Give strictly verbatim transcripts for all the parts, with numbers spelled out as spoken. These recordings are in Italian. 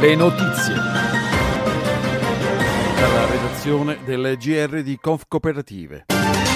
Le notizie dalla redazione del G R di Confcooperative.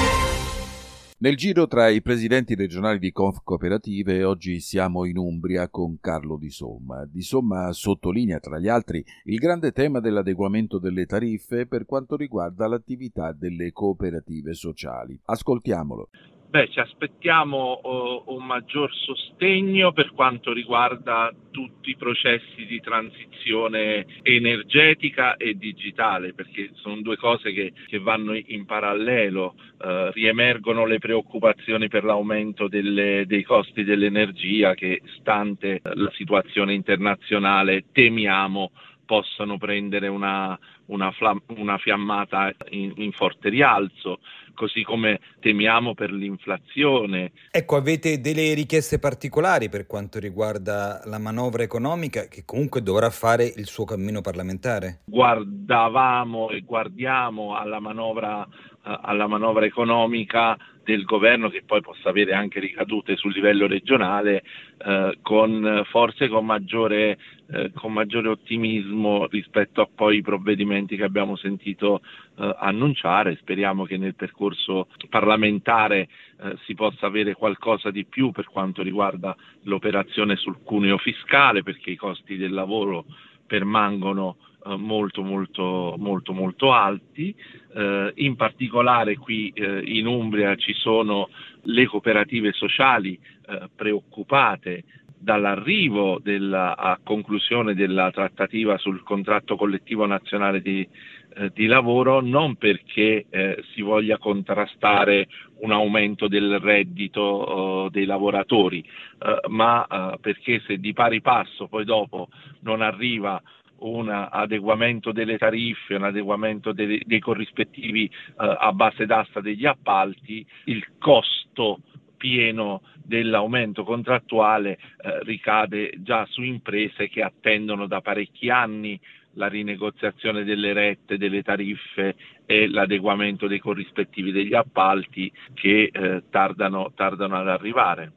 Nel giro tra i presidenti regionali di Confcooperative oggi siamo in Umbria con Carlo Di Somma. Di Somma sottolinea tra gli altri il grande tema dell'adeguamento delle tariffe per quanto riguarda l'attività delle cooperative sociali. Ascoltiamolo. Beh, ci aspettiamo uh, un maggior sostegno per quanto riguarda tutti i processi di transizione energetica e digitale, perché sono due cose che, che vanno in parallelo. Uh, riemergono le preoccupazioni per l'aumento delle, dei costi dell'energia che, stante la situazione internazionale, temiamo possano prendere una, una, flam- una fiammata in, in forte rialzo, così come temiamo per l'inflazione. Ecco, avete delle richieste particolari per quanto riguarda la manovra economica che comunque dovrà fare il suo cammino parlamentare? Guardavamo e guardiamo alla manovra, uh, alla manovra economica del governo, che poi possa avere anche ricadute sul livello regionale, eh, con forse con maggiore, eh, con maggiore ottimismo rispetto a poi i provvedimenti che abbiamo sentito eh, annunciare. Speriamo che nel percorso parlamentare eh, si possa avere qualcosa di più per quanto riguarda l'operazione sul cuneo fiscale, perché i costi del lavoro permangono molto molto molto molto alti. Eh, in particolare qui eh, in Umbria ci sono le cooperative sociali eh, preoccupate dall'arrivo della, a conclusione della trattativa sul contratto collettivo nazionale di, eh, di lavoro, non perché eh, si voglia contrastare un aumento del reddito eh, dei lavoratori, eh, ma eh, perché se di pari passo poi dopo non arriva un adeguamento delle tariffe, un adeguamento dei, dei corrispettivi eh, a base d'asta degli appalti, il costo pieno dell'aumento contrattuale eh, ricade già su imprese che attendono da parecchi anni la rinegoziazione delle rette, delle tariffe e l'adeguamento dei corrispettivi degli appalti che eh, tardano, tardano ad arrivare.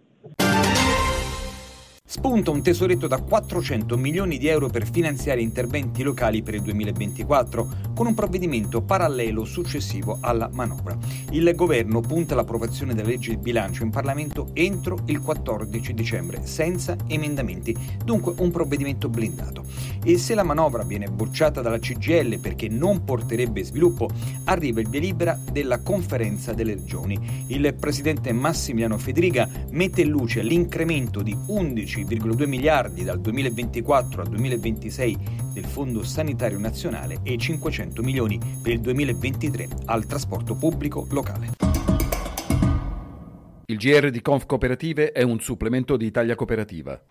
Spunta un tesoretto da quattrocento milioni di euro per finanziare interventi locali per il duemilaventiquattro, con un provvedimento parallelo successivo alla manovra. Il governo punta all'approvazione della legge di bilancio in Parlamento entro il quattordici dicembre, senza emendamenti, dunque un provvedimento blindato. E se la manovra viene bocciata dalla C G I L perché non porterebbe sviluppo, arriva il via libera della Conferenza delle Regioni. Il presidente Massimiliano Federica mette in luce l'incremento di undici virgola due miliardi dal duemilaventiquattro al duemilaventisei del Fondo Sanitario Nazionale e cinquecento milioni per il duemilaventitré al trasporto pubblico locale. Il G R di Confcooperative è un supplemento di Italia Cooperativa.